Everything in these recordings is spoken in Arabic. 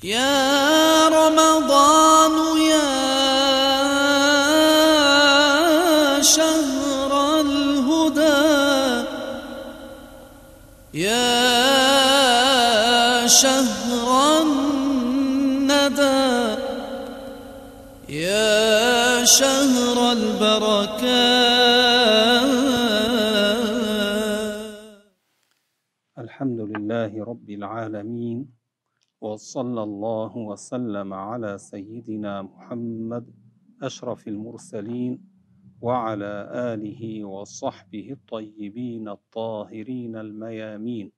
يا رمضان يا شهر الهدى، يا شهر الندى، يا شهر البركات. الحمد لله رب العالمين، وصلى الله وسلم على سيدنا محمد أشرف المرسلين وعلى آله وصحبه الطيبين الطاهرين الميامين.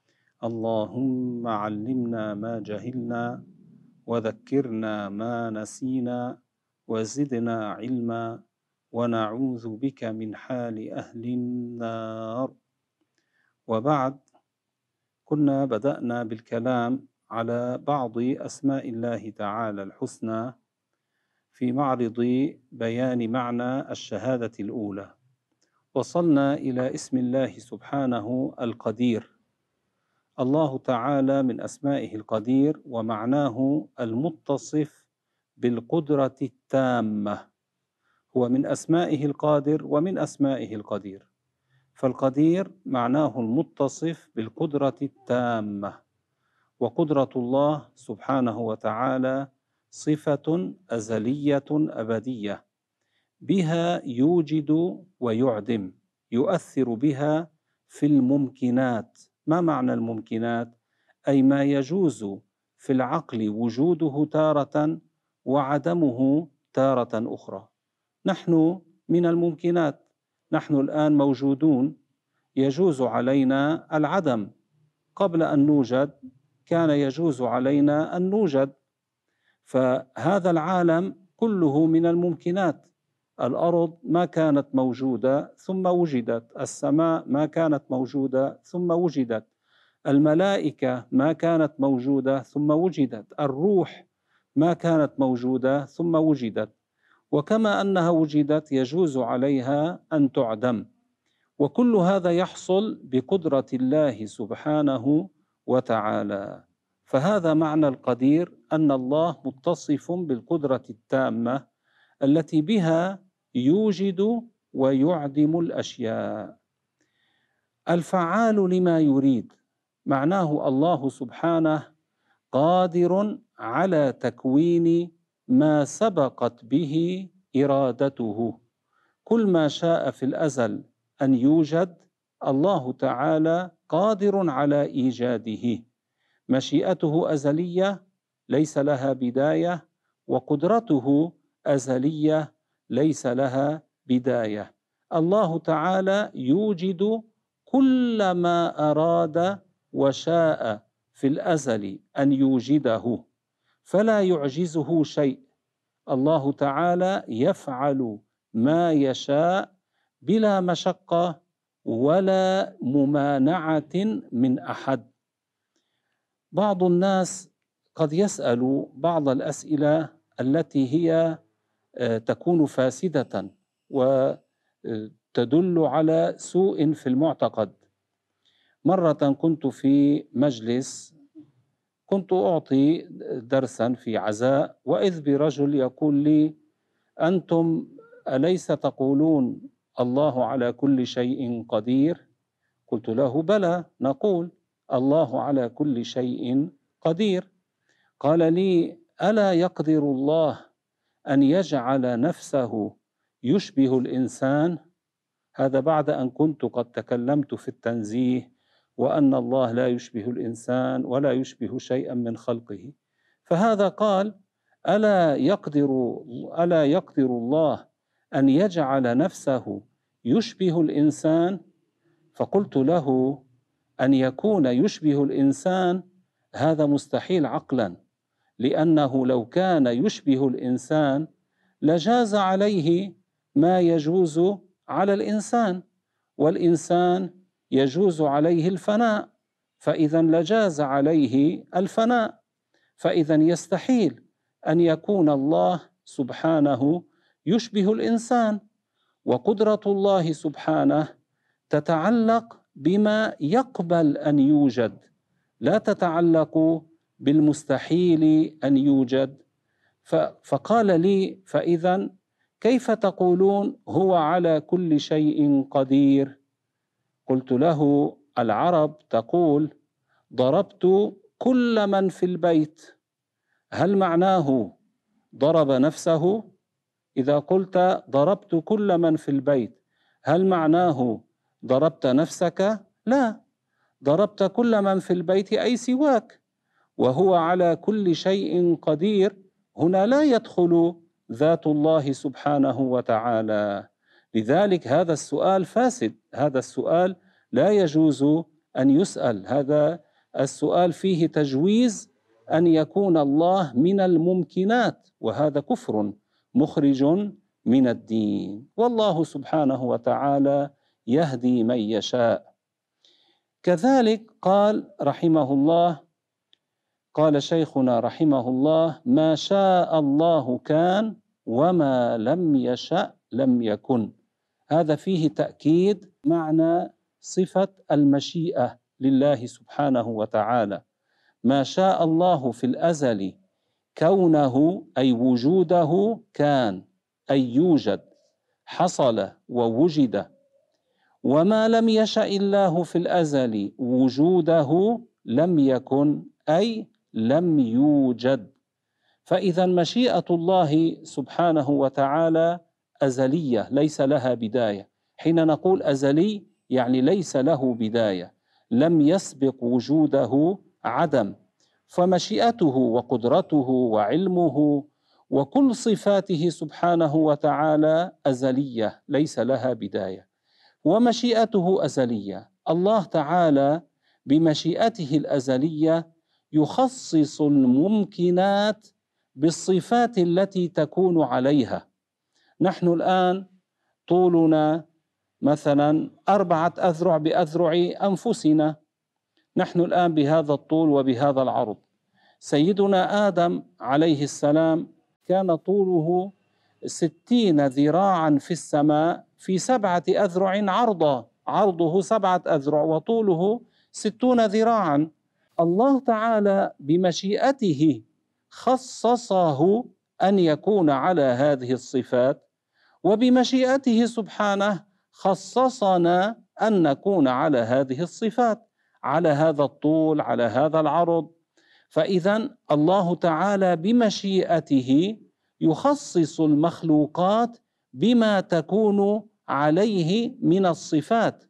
اللهم علمنا ما جهلنا وذكرنا ما نسينا وزدنا علما ونعوذ بك من حال أهل النار. وبعد، كنا بدأنا بالكلام على بعض أسماء الله تعالى الحسنى في معرض بيان معنى الشهادة الأولى. وصلنا إلى اسم الله سبحانه القدير. الله تعالى من أسمائه القدير، ومعناه المتصف بالقدرة التامة. هو من أسمائه القادر ومن أسمائه القدير، فالقدير معناه المتصف بالقدرة التامة، وقدرة الله سبحانه وتعالى صفة أزلية أبدية، بها يوجد ويعدم، يؤثر بها في الممكنات. ما معنى الممكنات؟ أي ما يجوز في العقل وجوده تارة وعدمه تارة أخرى. نحن من الممكنات، نحن الآن موجودون، يجوز علينا العدم. قبل أن نوجد كان يجوز علينا أن نوجد، فهذا العالم كله من الممكنات. الأرض ما كانت موجودة ثم وجدت، السماء ما كانت موجودة ثم وجدت، الملائكة ما كانت موجودة ثم وجدت، الروح ما كانت موجودة ثم وجدت، وكما أنها وجدت يجوز عليها أن تعدم. وكل هذا يحصل بقدرة الله سبحانه وتعالى. فهذا معنى القدير، أن الله متصف بالقدرة التامة التي بها يوجد ويعدم الأشياء. الفعال لما يريد، معناه الله سبحانه قادر على تكوين ما سبقت به إرادته. كل ما شاء في الأزل أن يوجد، الله تعالى قادر على إيجاده. مشيئته أزلية ليس لها بداية، وقدرته أزلية ليس لها بداية. الله تعالى يوجد كل ما أراد وشاء في الأزل أن يوجده، فلا يعجزه شيء. الله تعالى يفعل ما يشاء بلا مشقة ولا ممانعة من أحد. بعض الناس قد يسأل بعض الأسئلة التي هي تكون فاسدة وتدل على سوء في المعتقد. مرة كنت في مجلس، كنت أعطي درسا في عزاء، وإذ برجل يقول لي: أنتم أليس تقولون الله على كل شيء قدير؟ قلت له: بلى، نقول الله على كل شيء قدير. قال لي: ألا يقدر الله أن يجعل نفسه يشبه الإنسان؟ هذا بعد أن كنت قد تكلمت في التنزيه، وأن الله لا يشبه الإنسان ولا يشبه شيئا من خلقه. فهذا قال: ألا يقدر الله أن يجعل نفسه يشبه الإنسان؟ فقلت له: أن يكون يشبه الإنسان هذا مستحيل عقلا، لأنه لو كان يشبه الإنسان لجاز عليه ما يجوز على الإنسان، والإنسان يجوز عليه الفناء، فإذا لجاز عليه الفناء، فإذا يستحيل أن يكون الله سبحانه يشبه الإنسان. وقدرة الله سبحانه تتعلق بما يقبل أن يوجد، لا تتعلق بالمستحيل أن يوجد. فقال لي: فإذا كيف تقولون هو على كل شيء قدير؟ قلت له: العرب تقول: ضربت كل من في البيت. هل معناه ضرب نفسه؟ إذا قلت ضربت كل من في البيت، هل معناه ضربت نفسك؟ لا، ضربت كل من في البيت أي سواك. وهو على كل شيء قدير هنا لا يدخل ذات الله سبحانه وتعالى. لذلك هذا السؤال فاسد، هذا السؤال لا يجوز أن يسأل. هذا السؤال فيه تجويز أن يكون الله من الممكنات، وهذا كفر مخرج من الدين. والله سبحانه وتعالى يهدي من يشاء. كذلك قال رحمه الله، قال شيخنا رحمه الله: ما شاء الله كان وما لم يشأ لم يكن. هذا فيه تأكيد معنى صفة المشيئة لله سبحانه وتعالى. ما شاء الله في الأزل كونه أي وجوده كان، أي يوجد، حصل ووجد. وما لم يشأ الله في الأزل وجوده لم يكن، أي لم يوجد. فإذا مشيئة الله سبحانه وتعالى أزلية ليس لها بداية. حين نقول أزلي يعني ليس له بداية، لم يسبق وجوده عدم. فمشيئته وقدرته وعلمه وكل صفاته سبحانه وتعالى أزلية ليس لها بداية، ومشيئته أزلية. الله تعالى بمشيئته الأزلية يخصص الممكنات بالصفات التي تكون عليها. نحن الآن طولنا مثلا 4 أذرع بأذرع أنفسنا، نحن الآن بهذا الطول وبهذا العرض. سيدنا آدم عليه السلام كان طوله 60 ذراعا في السماء في 7 أذرع عرضا، عرضه 7 أذرع وطوله 60 ذراعا. الله تعالى بمشيئته خصصه أن يكون على هذه الصفات، وبمشيئته سبحانه خصصنا أن نكون على هذه الصفات، على هذا الطول، على هذا العرض. فإذا الله تعالى بمشيئته يخصص المخلوقات بما تكون عليه من الصفات،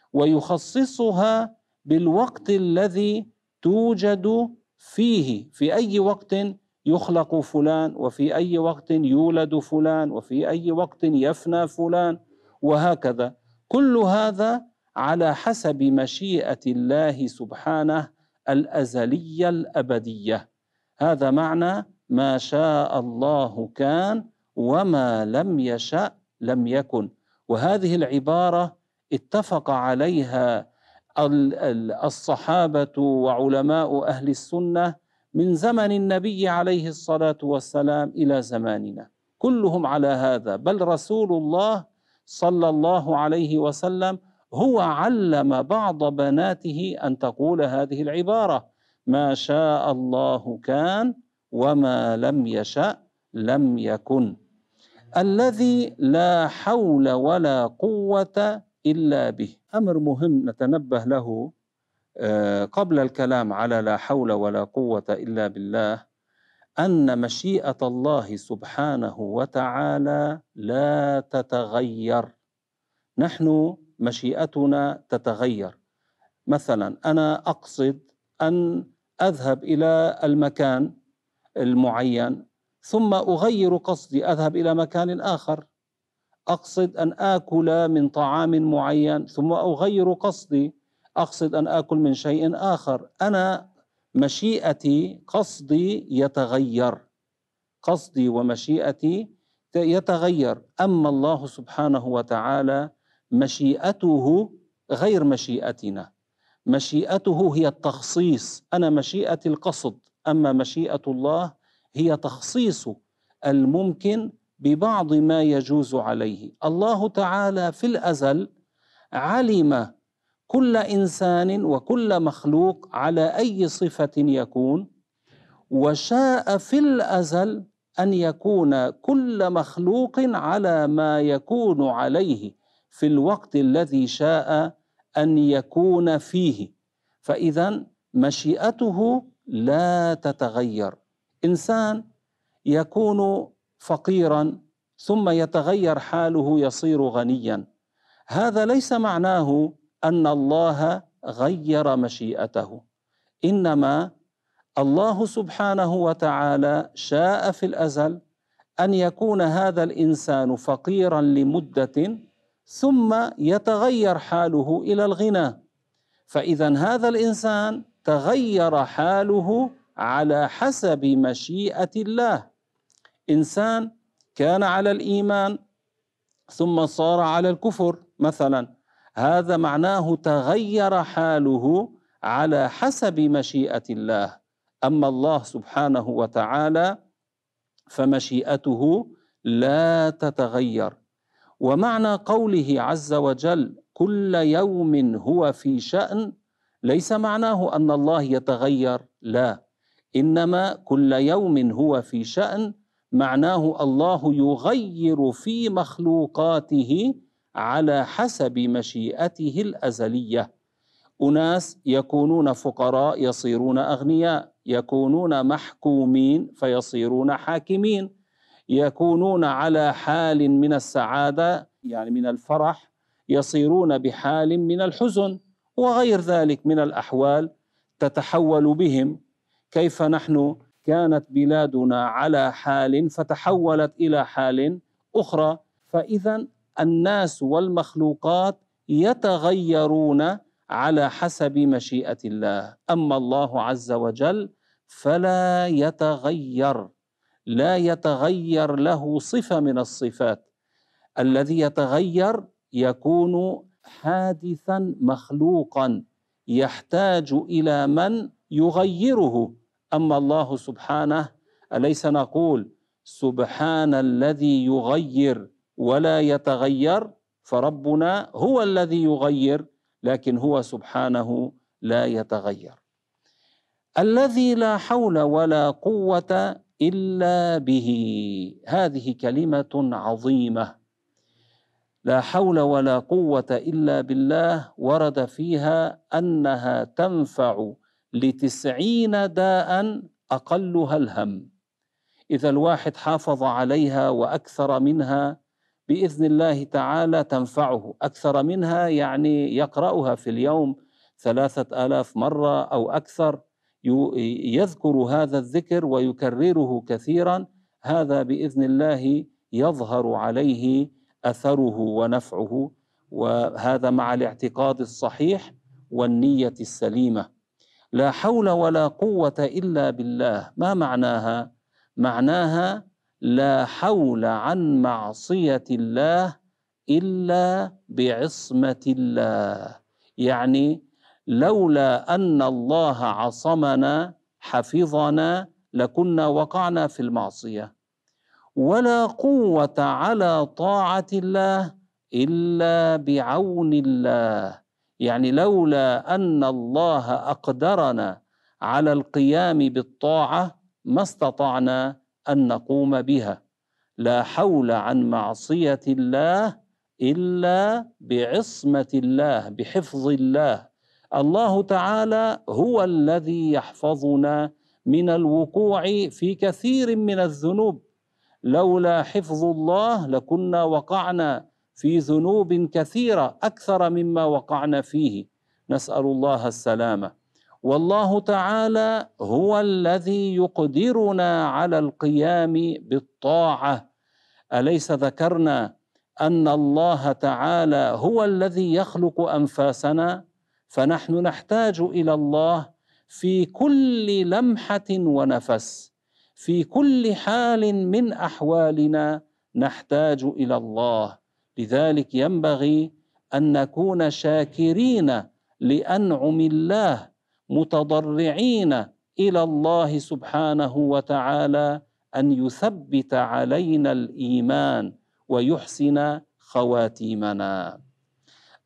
ويخصصها بالوقت الذي توجد فيه. في أي وقت يخلق فلان، وفي أي وقت يولد فلان، وفي أي وقت يفنى فلان، وهكذا. كل هذا على حسب مشيئة الله سبحانه الأزلية الأبدية. هذا معنى ما شاء الله كان وما لم يشأ لم يكن. وهذه العبارة اتفق عليها الصحابة وعلماء أهل السنة من زمن النبي عليه الصلاة والسلام إلى زماننا، كلهم على هذا. بل رسول الله صلى الله عليه وسلم هو علم بعض بناته أن تقول هذه العبارة: ما شاء الله كان وما لم يشأ لم يكن. الذي لا حول ولا قوة إلا به. أمر مهم نتنبه له قبل الكلام على لا حول ولا قوة إلا بالله، أن مشيئة الله سبحانه وتعالى لا تتغير. نحن مشيئتنا تتغير. مثلا أنا أقصد أن أذهب إلى المكان المعين، ثم أغير قصدي أذهب إلى مكان آخر. أقصد أن آكل من طعام معين، ثم أغير قصدي أقصد أن آكل من شيء آخر. أنا مشيئتي قصدي يتغير، قصدي ومشيئتي يتغير. أما الله سبحانه وتعالى مشيئته غير مشيئتنا. مشيئته هي التخصيص، أنا مشيئتي القصد، أما مشيئة الله هي تخصيص الممكن ببعض ما يجوز عليه. الله تعالى في الأزل علم كل إنسان وكل مخلوق على أي صفة يكون، وشاء في الأزل أن يكون كل مخلوق على ما يكون عليه في الوقت الذي شاء أن يكون فيه، فإذا مشيئته لا تتغير. إنسان يكون فقيرا ثم يتغير حاله يصير غنيا، هذا ليس معناه أن الله غير مشيئته، إنما الله سبحانه وتعالى شاء في الأزل أن يكون هذا الإنسان فقيرا لمدة ثم يتغير حاله إلى الغنى، فإذا هذا الإنسان تغير حاله على حسب مشيئة الله. إنسان كان على الإيمان ثم صار على الكفر مثلا، هذا معناه تغير حاله على حسب مشيئة الله. أما الله سبحانه وتعالى فمشيئته لا تتغير. ومعنى قوله عز وجل كل يوم هو في شأن ليس معناه أن الله يتغير، لا، إنما كل يوم هو في شأن معناه الله يغير في مخلوقاته على حسب مشيئته الأزلية. أناس يكونون فقراء يصيرون أغنياء، يكونون محكومين فيصيرون حاكمين، يكونون على حال من السعادة يعني من الفرح يصيرون بحال من الحزن، وغير ذلك من الأحوال تتحول بهم. كيف نحن كانت بلادنا على حال فتحولت إلى حال أخرى، فإذا الناس والمخلوقات يتغيرون على حسب مشيئة الله. أما الله عز وجل فلا يتغير، لا يتغير له صفة من الصفات. الذي يتغير يكون حادثا مخلوقا يحتاج إلى من يغيره. أما الله سبحانه أليس نقول سبحان الذي يغير ولا يتغير؟ فربنا هو الذي يغير لكن هو سبحانه لا يتغير. الذي لا حول ولا قوة إلا به، هذه كلمة عظيمة. لا حول ولا قوة إلا بالله ورد فيها أنها تنفع ل90 داء أقلها الهم. إذا الواحد حافظ عليها وأكثر منها بإذن الله تعالى تنفعه. أكثر منها يعني يقرأها في اليوم 3000 مرة أو أكثر، يذكر هذا الذكر ويكرره كثيرا، هذا بإذن الله يظهر عليه أثره ونفعه، وهذا مع الاعتقاد الصحيح والنية السليمة. لا حول ولا قوة إلا بالله، ما معناها؟ معناها لا حول عن معصية الله إلا بعصمة الله، يعني لولا أن الله عصمنا حفظنا لكنا وقعنا في المعصية. ولا قوة على طاعة الله إلا بعون الله، يعني لولا أن الله أقدرنا على القيام بالطاعة ما استطعنا أن نقوم بها. لا حول عن معصية الله إلا بعصمة الله، بحفظ الله. الله تعالى هو الذي يحفظنا من الوقوع في كثير من الذنوب، لولا حفظ الله لكنا وقعنا في ذنوب كثيرة أكثر مما وقعنا فيه، نسأل الله السلامة. والله تعالى هو الذي يقدرنا على القيام بالطاعة. أليس ذكرنا أن الله تعالى هو الذي يخلق أنفاسنا؟ فنحن نحتاج إلى الله في كل لمحة ونفس، في كل حال من أحوالنا نحتاج إلى الله. لذلك ينبغي أن نكون شاكرين لأنعم الله، متضرعين إلى الله سبحانه وتعالى أن يثبت علينا الإيمان ويحسن خواتيمنا.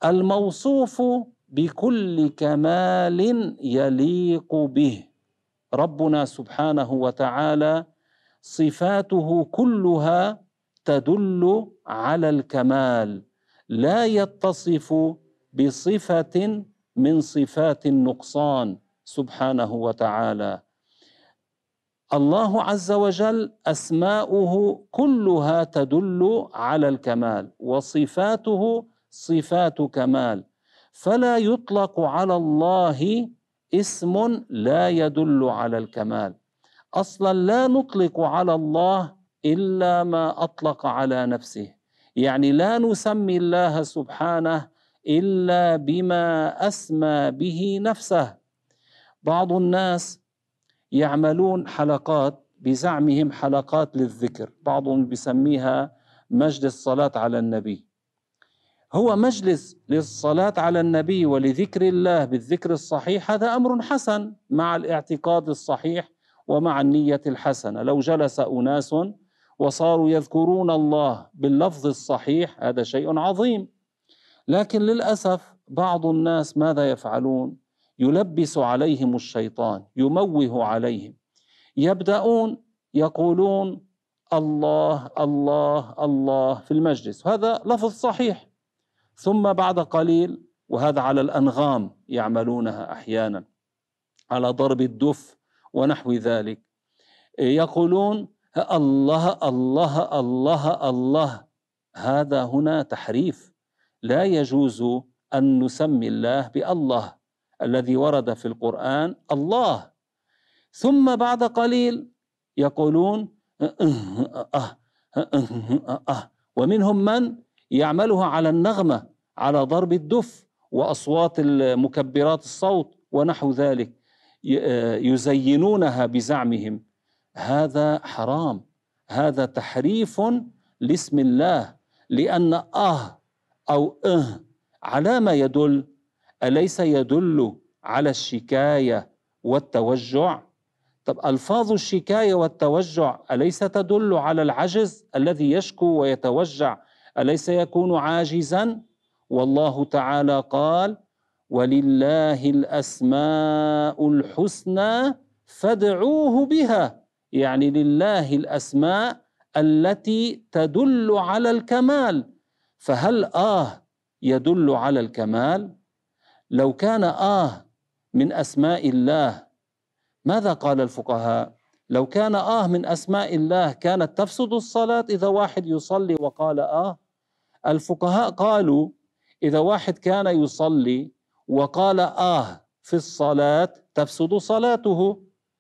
الموصوف بكل كمال يليق به، ربنا سبحانه وتعالى صفاته كلها تدل على الكمال، لا يتصف بصفة من صفات النقصان سبحانه وتعالى. الله عز وجل أسماؤه كلها تدل على الكمال، وصفاته صفات كمال، فلا يطلق على الله اسم لا يدل على الكمال. أصلا لا نطلق على الله إلا ما أطلق على نفسه، يعني لا نسمي الله سبحانه إلا بما أسمى به نفسه. بعض الناس يعملون حلقات بزعمهم حلقات للذكر، بعضهم بيسميها مجلس صلاة على النبي. هو مجلس للصلاة على النبي ولذكر الله بالذكر الصحيح، هذا أمر حسن مع الاعتقاد الصحيح ومع النية الحسنة. لو جلس أناس وصاروا يذكرون الله باللفظ الصحيح هذا شيء عظيم. لكن للأسف بعض الناس ماذا يفعلون؟ يلبس عليهم الشيطان، يموه عليهم، يبدأون يقولون الله الله الله في المجلس، هذا لفظ صحيح، ثم بعد قليل، وهذا على الأنغام يعملونها أحيانا، على ضرب الدف ونحو ذلك، يقولون الله الله الله الله. هذا هنا تحريف، لا يجوز أن نسمي الله بالله الذي ورد في القرآن الله. ثم بعد قليل يقولون ومنهم من يعملها على النغمة، على ضرب الدف وأصوات المكبرات الصوت ونحو ذلك، يزينونها بزعمهم. هذا حرام، هذا تحريف لاسم الله، لأن أو على ما يدل؟ أليس يدل على الشكاية والتوجع؟ طب ألفاظ الشكاية والتوجع أليس تدل على العجز؟ الذي يشكو ويتوجع أليس يكون عاجزا؟ والله تعالى قال ولله الأسماء الحسنى فادعوه بها، يعني لله الأسماء التي تدل على الكمال. فهل يدل على الكمال؟ لو كان من أسماء الله، ماذا قال الفقهاء؟ لو كان من أسماء الله كانت تفسد الصلاة إذا واحد يصلي وقال الفقهاء قالوا إذا واحد كان يصلي وقال في الصلاة تفسد صلاته،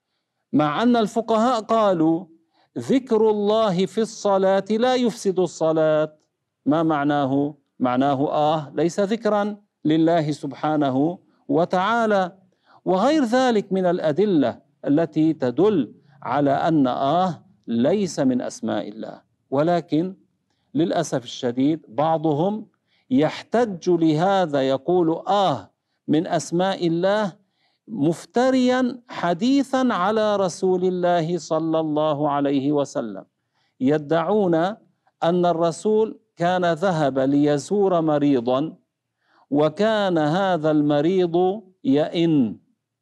مع أن الفقهاء قالوا ذكر الله في الصلاة لا يفسد الصلاة. ما معناه؟ معناه ليس ذكرا لله سبحانه وتعالى. وغير ذلك من الأدلة التي تدل على أن ليس من أسماء الله. ولكن للأسف الشديد بعضهم يحتج لهذا، يقول من أسماء الله، مفتريا حديثا على رسول الله صلى الله عليه وسلم. يدعون أن الرسول كان ذهب ليزور مريضا، وكان هذا المريض يئن،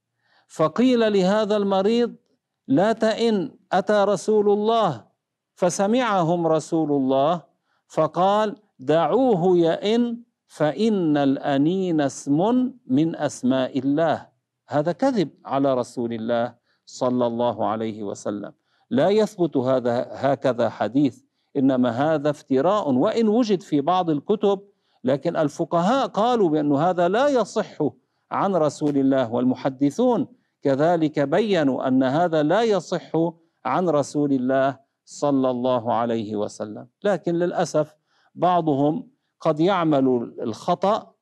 فقيل لهذا المريض لا تئن، أتى رسول الله، فسمعهم رسول الله فقال دعوه يئن فإن الأنين اسم من أسماء الله. هذا كذب على رسول الله صلى الله عليه وسلم، لا يثبت هكذا حديث، إنما هذا افتراء، وإن وجد في بعض الكتب، لكن الفقهاء قالوا بأن هذا لا يصح عن رسول الله، والمحدثون كذلك بيّنوا أن هذا لا يصح عن رسول الله صلى الله عليه وسلم. لكن للأسف بعضهم قد يعمل الخطأ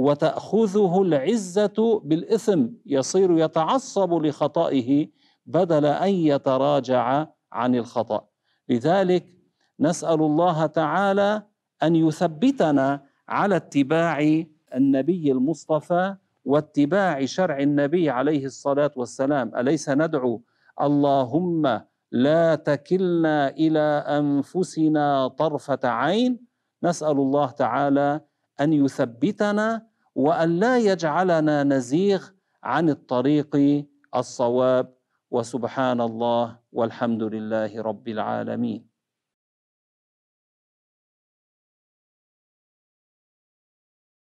وتأخذه العزة بالإثم، يصير يتعصب لخطئه بدل أن يتراجع عن الخطأ. لذلك نسأل الله تعالى أن يثبتنا على اتباع النبي المصطفى واتباع شرع النبي عليه الصلاة والسلام. أليس ندعو اللهم لا تكلنا إلى أنفسنا طرفة عين؟ نسأل الله تعالى أن يثبتنا وأن لا يجعلنا نزيغ عن الطريق الصواب. وسبحان الله والحمد لله رب العالمين.